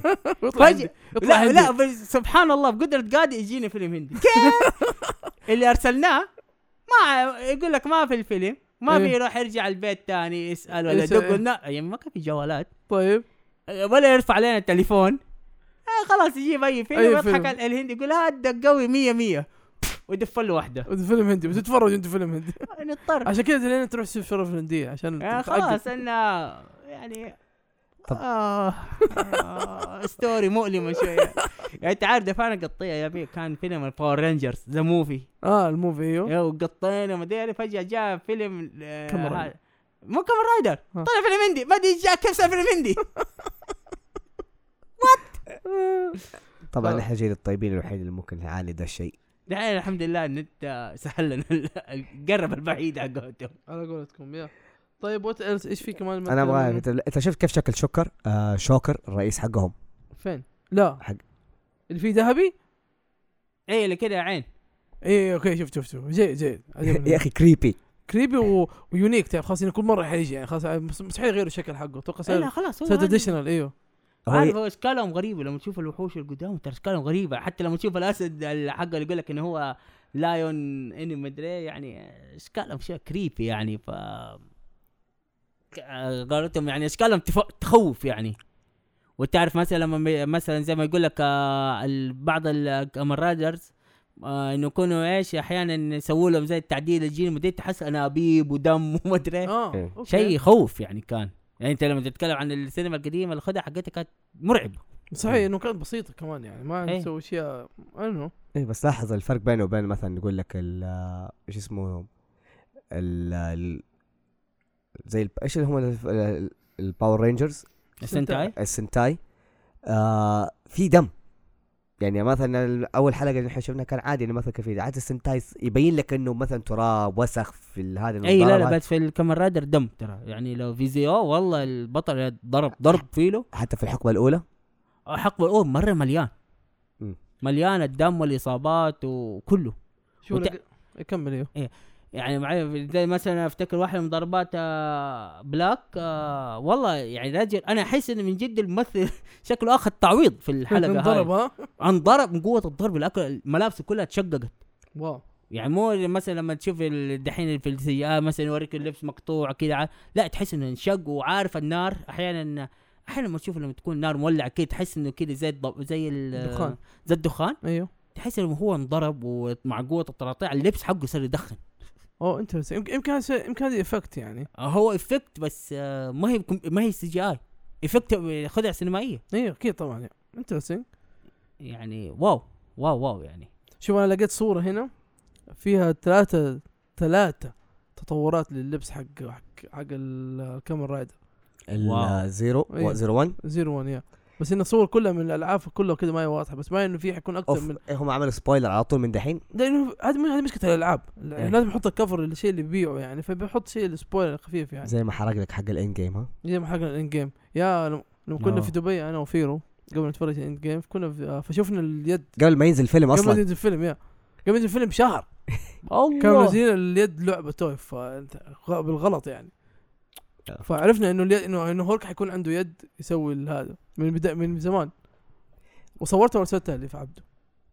لا بس سبحان الله بقدرة قادر يجينا فيلم هندي. كيف اللي ارسلناه ما يقول لك ما في الفيلم، ما في يروح يرجع البيت تاني يسأل ولا دقلنا يعني ما كان في جوالات. طيب ولا يرفع علينا التليفون. خلاص يجيب اي فيلم يضحك الهندي يقول هذا قوي 100 ودفل له واحده فيلم هندي بتتفرج انت فيلم هندي نضطر عشان كذا لين تروح تشوف شرف الهنديه عشان خلاص انا يعني ستوري مؤلمه شويه. يعني انت عارف دفعنا قطيه يا بي، كان فيلم الباور رينجرز ذا موفي الموفي ايوه وقطينا ما ادري فجاه جاء فيلم كاميرا مو كاميرا رايدر طلع فيلم هندي ما ادري جاء كيف صار فيلم هندي. طبعا احنا جيل الطيبين الوحيد اللي ممكن نعاني ده الشيء. دحين الحمد لله ان انت سهل لنا القرب البعيد حقتهم على قولتكم يا. طيب وات ايلس ايش في كمان انا ابغى انت شفت كيف شكل شوكر الرئيس حقهم فين؟ لا حق اللي فيه ذهبي ايه اللي كده عين ايه اوكي شفت جيد يا اخي كريبي ويونيك تعرف خلاص انه كل مره حيجي يعني خلاص مستحيل يغيروا الشكل حقه اتوقع لا خلاص صار اديشنال ايوه عارف هو اشكالهم غريبه لما تشوف الوحوش اللي قدام ترى اشكالهم غريبه حتى لما تشوف الاسد الحق اللي يقول لك انه هو لايون اني مدري يعني اشكالهم شيء كريبي يعني ف قالتهم يعني اشكالهم تخوف يعني. وتعرف مثلا لما مثلا زي ما يقول لك بعض الكاميرادرز انه يكونوا ايش احيانا يسووا لهم زي التعديل الجيني مدري تحس انابيب ودم وما ادري شيء يخوف يعني. كان يعني انت لما تتكلم عن السينما القديمه الخدعه حقتها كانت مرعبه صحيح انه كانت بسيطه كمان يعني ما نسوي اشياء انه بس لاحظ الفرق بينه وبين مثلا نقول لك ايش اسمه زي ايش اللي هم الباور رينجرز السنتاي في دم يعني. مثلا اول حلقه اللي احنا شفناها كان عادي انه مثلا كفيل عاد السنتاي يبين لك انه مثلا تراب وسخ في هذا اي لا بس في الكاميرادر دم ترى يعني. لو في زي والله البطل ضرب فيله حتى في الحقبه الاولى مره مليان الدم والاصابات وكله شو يكمل ايه يعني معي زي مثلا افتكر واحده من ضربات بلاك والله يعني رجل انا احس انه من جد الممثل شكله اخذ تعويض في الحلقه هاي انضرب من قوه الضرب الاكل ملابسه كلها تشققت واو يعني. مو مثلا لما تشوف الدحين في السيئات مثلا يوريك اللبس مقطوع كذا لا تحس انه انشق. وعارف النار احيانا لما تشوف لما تكون النار مولعه كده تحس انه كده زي الدخان زي الدخان ايوه تحس انه هو انضرب ومع قوه التراطيع اللبس حقه صار يدخن. انت يمكن هذه افكت يعني هو افكت بس ما هي سي جي اي افكت خدعه سينمائيه. ايوه اكيد طبعا يعني انترستينج يعني واو يعني. شوف انا لقيت صوره هنا فيها ثلاثة تطورات لللبس حق الكاميرا رايدر الزيرو 01 يا بس إن الصور كلها من الألعاب كلها كده ما هي واضحة بس ما إنه في حيكون أكتر من هم عملوا سبويلر على طول من دحين لأنه هذه مشكلة الألعاب لازم يحط الكفر الشيء اللي بيبيعه يعني فبيحط شيء السبويلر خفيف يعني زي ما حرق لك حق الإند جيم زي ما حرق الإند جيم يا لما كنا في دبي أنا وفيرو قبل نتفرج الإند جيم كنا فشوفنا اليد قبل ما ينزل الفيلم أصلا قبل ما ينزل الفيلم قبل ما ينزل الفيلم بشهر كانوا نازلين اليد لعبة تويف بالغلط يعني فعرفنا انه هولك حيكون عنده يد يسوي هذا من بداية من زمان وصورته ورسلتها اللي في عبده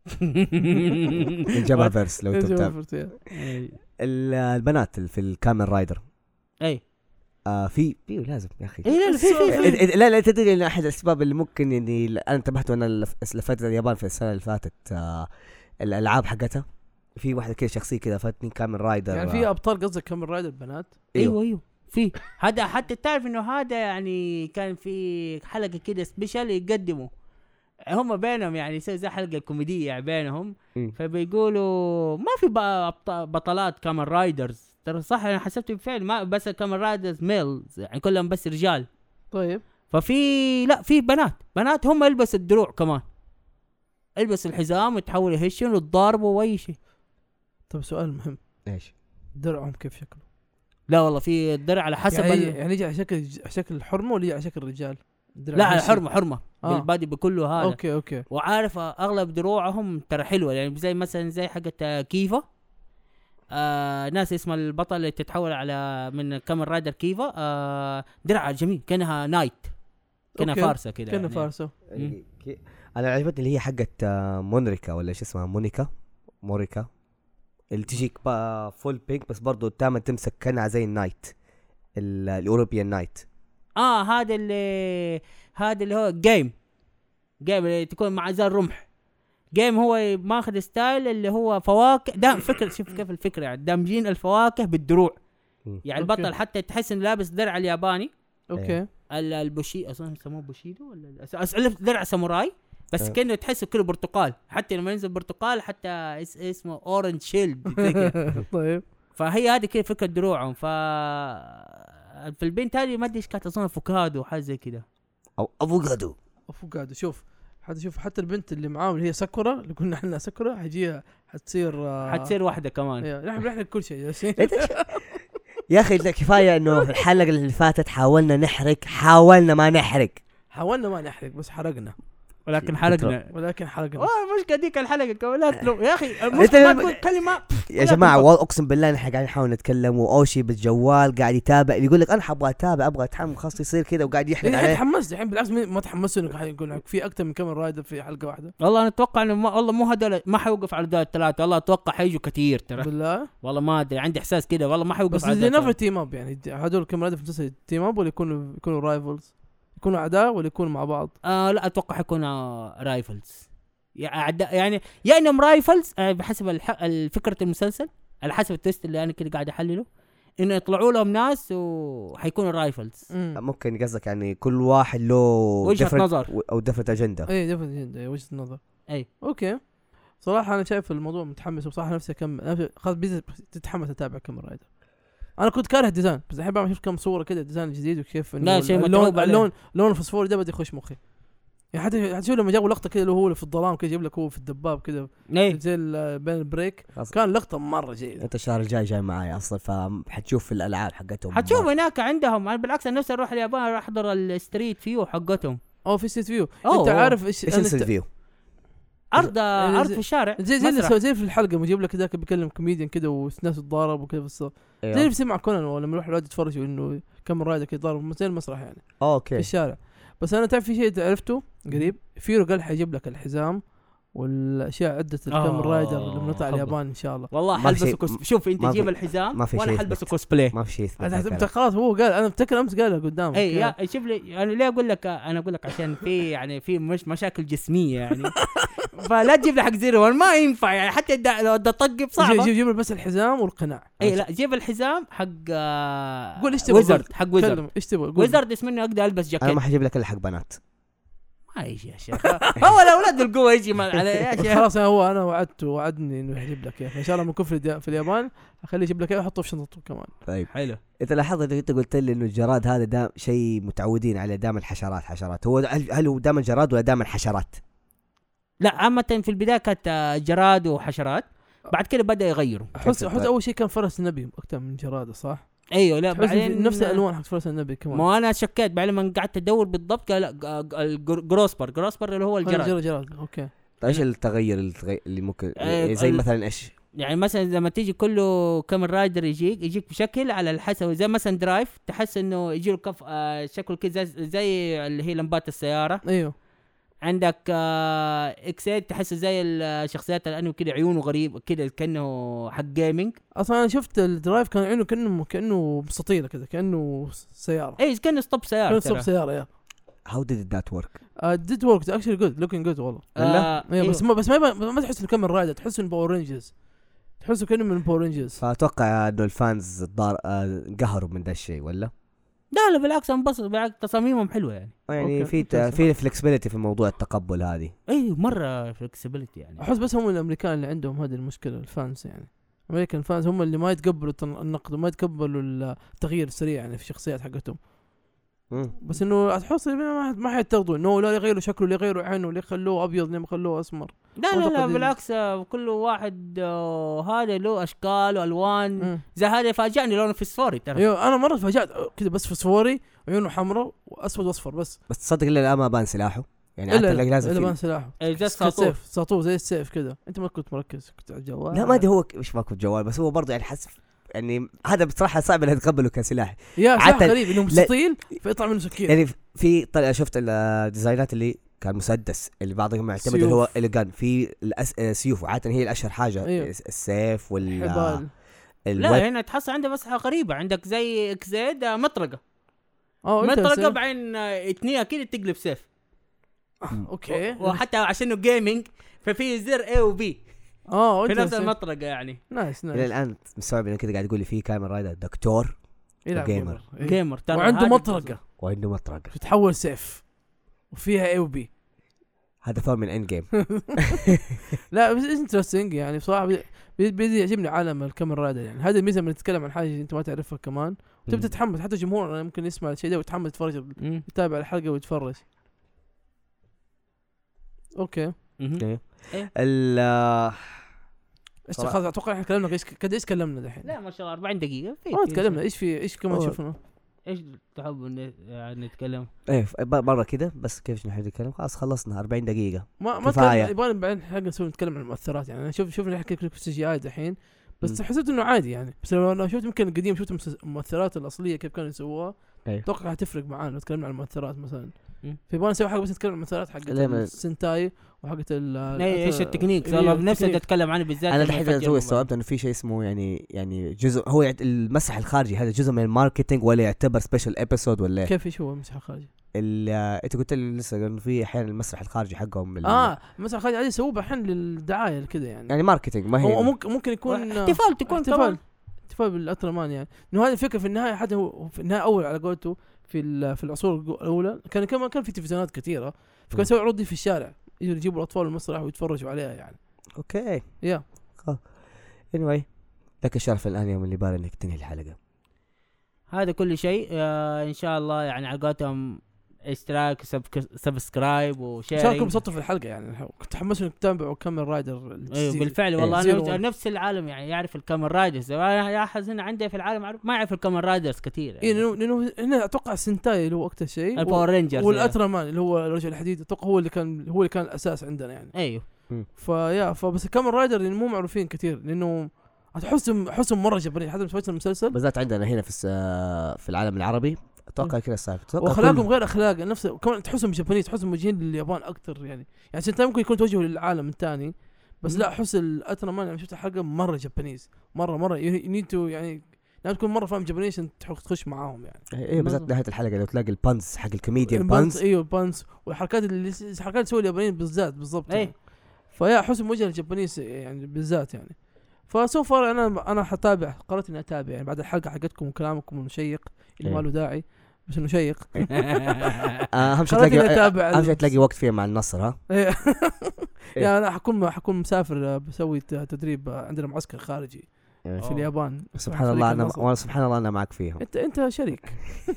الجبل فيرس لو تبتع البنات في الكامل رايدر اي في لازم يا اخي لا تدري ان احد الاسباب اللي ممكن اني انا انتبهت وانا لفت اليابان في السنه اللي فاتت الالعاب حقتها في واحده كده شخصيه كده فاتني كامل رايدر يعني في ابطال قصدك كامل رايدر بنات ايوه في هذا حتى تعرف انه هذا يعني كان في حلقه كده سبيشال يقدموا هم بينهم يعني يسوي زي حلقه كوميديه يعني بينهم فبيقولوا ما في بطلات كامل رايدرز ترى صح انا حسبت بالفعل ما بس كامل رايدرز ميل يعني كلهم بس رجال طيب ففي لا في بنات هم يلبس الدروع كمان البس الحزام وتحول يهشون وتضاربوا واي شيء. طب سؤال مهم ايش درعهم كيف شكله؟ لا والله في الدرع على حسب يعني يجي على شكل الحرمه ولا يجي على شكل الرجال؟ لا على حرمه بالبادي بكله هذا اوكي وعارف اغلب دروعهم ترى حلوه يعني زي مثلا زي حقه كيفا ناس اسم البطل اللي تتحول على من كامل رايدر كيفا درع جميل كانها نايت كانها فارسه كده كانها فارسه انا عجبتني اللي هي حقه مونريكا ولا ايش اسمها موريكا اللي تجيك فول بينك بس برضو تاما تمسك كانها زي النايت الاوروبيان نايت هذا اللي هو جيم اللي تكون مع زر رمح جيم هو ماخذ ستايل اللي هو فواكه دام فكرة. شوف كيف الفكرة يعني دامجين الفواكه بالدروع يعني أوكي. البطل حتى تحس انه لابس درع الياباني اوكي البوشي اصلا يسموه بوشيدو ولا درع ساموراي بس كأنه تحسه كله برتقال حتى لما ينزل برتقال حتى اسمه اورنج شيلد طيب فهي هذه كيف فكرة دروعهم. في البنت هذه ما ادري ايش كانت اصلا فوكادو حاجه زي كده او افوكادو. افوكادو. شوف حتى البنت اللي معاهم اللي هي ساكورا اللي كنا احنا ساكورا حتجيها حتصير واحده كمان. نحن كل شيء يا اخي كفايه انه الحلقه اللي فاتت حاولنا ما نحرق بس حرقنا ولكن حرقنا مش قديك الحلقه كملت له يا اخي ما تقول كلمه يا جماعه اقسم بالله نحن قاعدين نحاول نتكلم واوشي بالجوال قاعد يتابع يقول لك انا ابغى اتابع ابغى اتحمس خاص يصير كذا وقاعد يحرق عليه. تحمست الحين بالعكس ما تحمست انك يقول لك في اكثر من كم رايدر في حلقه واحده. والله انا اتوقع انه والله مو هذول ما حيوقف على دول الثلاثه والله اتوقع حيجوا كثير ترى بالله والله ما ادري عندي احساس كده والله ما حيوقف بس على زي نفر تيم اب يعني هذول كم رايدر في مسلسل تيم اب ولا يكونوا رايفلز يكونوا اعداء ولا يكونوا مع بعض؟ لا اتوقع حيكونوا رايفلز يعني يا انهم رايفلز بحسب فكره المسلسل على حسب التست اللي انا كده قاعد احلله انه يطلعوا لهم ناس وحيكونوا رايفلز. ممكن قصدك يعني كل واحد له وجهة نظر او دفت اجنده. اي دفت اجنده وجهة نظر. اي اوكي صراحه انا شايف الموضوع متحمس وبصراحه نفسي خلاص تتحمس اتابع كم رايدر. انا كنت كاره الديزاين بس الحين بعمل شوف كم صوره كده ديزاين جديد وكيف اللون الفوسفوري ده بدي يخش مخي يعني حتى شو لما جابوا لقطه كده اللي هو في الظلام كده يجيب لك هو في الدباب كده زي بين البريك كان لقطه مره جيده. انت الشهر الجاي جاي معايا اصلا فحتشوف في الالعاب حقتهم حتشوف هناك عندهم. انا بالعكس انا نفسي اروح اليابان احضر الستريت فيو حقتهم. في ستريت فيو انت عارف ايش الستريت فيو عرض في الشارع زي في الحلقه بيجيب لك ذاك بيكلم كوميديان كده والناس تتضارب وكذا في الصف زي اللي بيسمع كونان ولا يروح الواد يتفرج انه كم رايدر كده يضارب زي المسرح يعني اوكي في الشارع. بس انا تعرف في شيء عرفته قريب فيرو قال حيجيب لك الحزام والاشياء عده الكم رايدر لما نطلع اليابان ان شاء الله. والله حلبسه شوف انت جيب الحزام وانا حلبسه كوسبلاي ما في شيء انت خلاص هو قال انا متذكر امس قالها قدامك. اي يا شوف لي انا ليه اقول لك انا اقول لك عشان في يعني في مشاكل جسميه يعني فلا تجيب لي حق زيرو ما ينفع يعني حتى لو طقب صعبه. جيب بس الحزام والقناع. اي لا جيب الحزام حق قول ايش تبغى ويزرد حق ويزرد ايش تبغى ويزرد اسمه انه اقدر البس جاكيت. انا ما حجيب لك الا حق بنات ما يجي يا شيخ هو الاولاد القوه يجي على يا شيخ خلاص انا وعدني انه يجيب لك يا اخي ان شاء الله من كفر في اليابان اخليه يجيب لك احطه في شنطته كمان. طيب حلو. انت لاحظت انت قلت لي انه الجراد هذا دام شيء متعودين عليه دائما حشرات هو هل هو دائما جراد ولا دائما حشرات؟ لا عامه في البدايه كانت جراد وحشرات بعد كده بدا يغيروا. احس اول شيء كان فرس النبي اكثر من جراده صح. ايوه لا بعدين نفس الالوان حق فرس النبي كمان. ما انا شكيت بعد لما قعدت ادور بالضبط قال لا جروسبر اللي هو الجراد. اوكي طيب ايش التغير اللي ممكن زي مثلا ايش يعني مثلا لما تيجي كله كامل رايدر يجيك بشكل على الحسب زي مثلا درايف تحس انه يجي له كف شكله كذا زي اللي هي لمبات السياره. ايوه عندك اكسيد تحس زي الشخصيات الانمي كده عيونه غريب كده كانه حق جيمنج. اصلا انا شفت الدرايف كان عيونه كانه مستطيله كده كانه سياره. اي كانه ستوب سياره. كانه ستوب سياره يا How did that work? Did work actually good looking good والله. إيه. بس ما تحس انه كامل رايدر تحس انه باور رينجرز تحسه كانه من باور رينجرز. فاتوقع انه الفانز قهروا من ذا الشيء ولا لا بالعكس انبسط بالعكس تصاميمهم حلوه يعني في فلكسبيليتي في موضوع التقبل هذه. اي مره فلكسبيليتي يعني احس بس هم الامريكان اللي عندهم هذه المشكله الفانز يعني امريكان فانز هم اللي ما يتقبلوا النقد وما يتقبلوا التغيير السريع يعني في الشخصيات حقتهم. بس انه تحس ما حيترضوا انه لا يغيروا شكله لا يغيروا عينه لا يخلوه ابيض لا يخلوه اسمر. لا بالعكس كل واحد هذا له اشكال والوان زي هذا فاجأني لونه فسفوري ترى. ايوه انا مره فاجأت كذا بس فسفوري عيونه حمراء واسود واصفر بس تصدق الا الان ما بان سلاحه يعني حتى اللي لازم الا بان سلاحه ساطوه زي السيف كده. انت ما كنت مركز كنت على الجوال. لا ما ادري هو مش ما كنت جوال بس هو برضه يعني حسب يعني هذا بصراحه صعب انه يتقبله كسلاح. يا سلاح غريب انه مستطيل فيطلع منه سكين يعني في طلع شفت الديزاينات اللي كان مسدس اللي بعضهم يعتمد اللي هو الجان في السيوف عاده هي الاشهر حاجه. أيوه. السيف والحبال. لا هنا تحصل عنده بس حاجه غريبه عندك زي اكزيد مطرقه مطرقه بعدين اتنيه كده تقلب سيف. اوكي وحتى عشانه جيمنج ففي زر A و B في نفس المطرقة يعني. نايس الى الان مستوعب انه كذا قاعد يقول لي في كاميرا رايدر دكتور جيمر جيمر وعنده مطرقة وعنده مطرقة بتتحول سيف وفيها A و B. هذا ثور من اند جيم. لا بس انترستنج يعني بصراحة بيدي يعجبني عالم الكاميرا رايدر يعني. هذا الميزة من نتكلم عن حاجة انت ما تعرفها كمان وتبدأ تتحمس حتى الجمهور ممكن يسمع الشيء ده ويتحمس يتفرج يتابع الحلقة ويتفرج. اوكي ايش خلاص اتوقع احنا كلامنا ايش كلمنا دحين؟ لا ما شاء الله 40 دقيقة تكلمنا ايش كمان شفنا؟ ايش تحب نتكلم؟ ايه مرة كده بس كيف نحب نتكلم خلاص خلصنا 40 دقيقة ما كفاية. يبغى بعدين حاجة نسوي نتكلم عن المؤثرات يعني. انا شوفنا نحكي في السي جي اي دحين بس حسيت انه عادي يعني. بس لو انا شفت يمكن القديم شفت المؤثرات الاصلية كيف كانوا يسووها اتوقع هتفرق معانا لو تكلمنا عن المؤثرات مثلا. فيبغى نسوي حاجة بس نتكلم عن المؤثرات حقت السنتاي وحقت ايش التكنيك والله بنفسي اتكلم عنه بالذات. انا الحين تو استوعبت انه في شيء اسمه يعني جزء هو المسح الخارجي هذا جزء من الماركتينج ولا يعتبر سبيشال ابيسود ولا كيف ايش هو المسح الخارجي؟ انت قلت لي لسه انه في احيانا المسرح الخارجي حقهم المسرح الخارجي عادي يسووه الحين للدعايه كده يعني ماركتينج ما هي ممكن يكون احتفال بالأطرمان يعني. انه هذه الفكره في النهايه حتى هو في النهايه اول على قولته في العصور الاولى كان في تلفزيونات كثيره فكان يسوي عروض في الشارع يجيبوا الاطفال المسرح ويتفرجوا عليها يعني. اوكي يا anyway لك الشرف الان يوم اللي بار انك تنهي الحلقه. هذا كل شيء ان شاء الله يعني عقاتهم اشتراك سبسكرايب وشير. شاركوا بصوتوا في الحلقه يعني. كنت حمس انك تتابعوا كاميرا رايدر. ايوه بالفعل والله انا نفس العالم يعني يعرف الكاميرا رايدرز. يا حزن عندي في العالم ما يعرف الكاميرا رايدرز كثير يعني. لانه هنا اتوقع سنتاي اللي هو اكثر شيء الباور رينجرز والاترمان اللي هو الرجل الحديد اتوقع هو اللي كان الاساس عندنا يعني. ايوه فبس الكاميرا رايدر اللي مو معروفين كثير لانه حسهم مره جبرين حتى مسويت المسلسل بالذات عندنا هنا في العالم العربي اتوقع كذا صار واخلاقهم غير اخلاق نفس كمان تحسهم جابانيز تحسهم موجهين لليابان اكثر يعني سنتاي ممكن يكون توجهوا للعالم الثاني بس لا حس الاترمان يعني شفت حاجه مره جابانيز مره ينيتو يعني لازم تكون مره فاهم جابانيز عشان تخش معاهم يعني. ايه بالذات نهايه الحلقه لو تلاقي البانز حق الكوميديان بانز البانز والحركات اللي تسوي اليابانيين بالضبط يعني. فيا حس موجه للجابانيز يعني بالذات يعني. فسوفر انا حتابع قررت اني اتابع يعني بعد الحلقه حقتكم وكلامكم المشيق اللي ما له داعي بس انه شيق. اهم شيء تلاقي وقت فيها مع النصر ها. يعني انا حكون مسافر بسوي تدريب عندنا معسكر خارجي في اليابان. سبحان الله انا معك فيهم. انت شريك.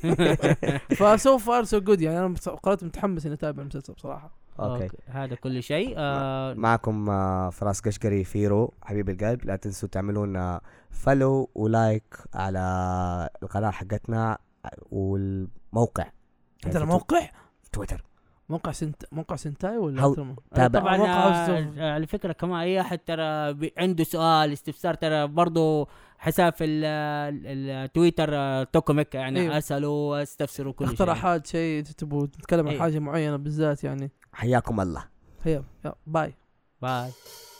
فسو فار سو جود يعني انا قررت متحمس اني اتابع المسلسل بصراحه. أوكي. هذا كل شيء معكم فراس قشقري فيرو حبيب القلب. لا تنسوا تعملون فولو ولايك على القناة حقتنا والموقع. عندنا موقع تويتر موقع سنتاي ولا طبعا على فكرة كمان اي احد ترى عنده سؤال استفسار ترى برضو حساب في التويتر توكوميك يعني ارسلوا استفسروا كل شيء اقتراحات شيء تبغوا نتكلم عن حاجة معينة بالذات يعني. حياكم الله. يا باي.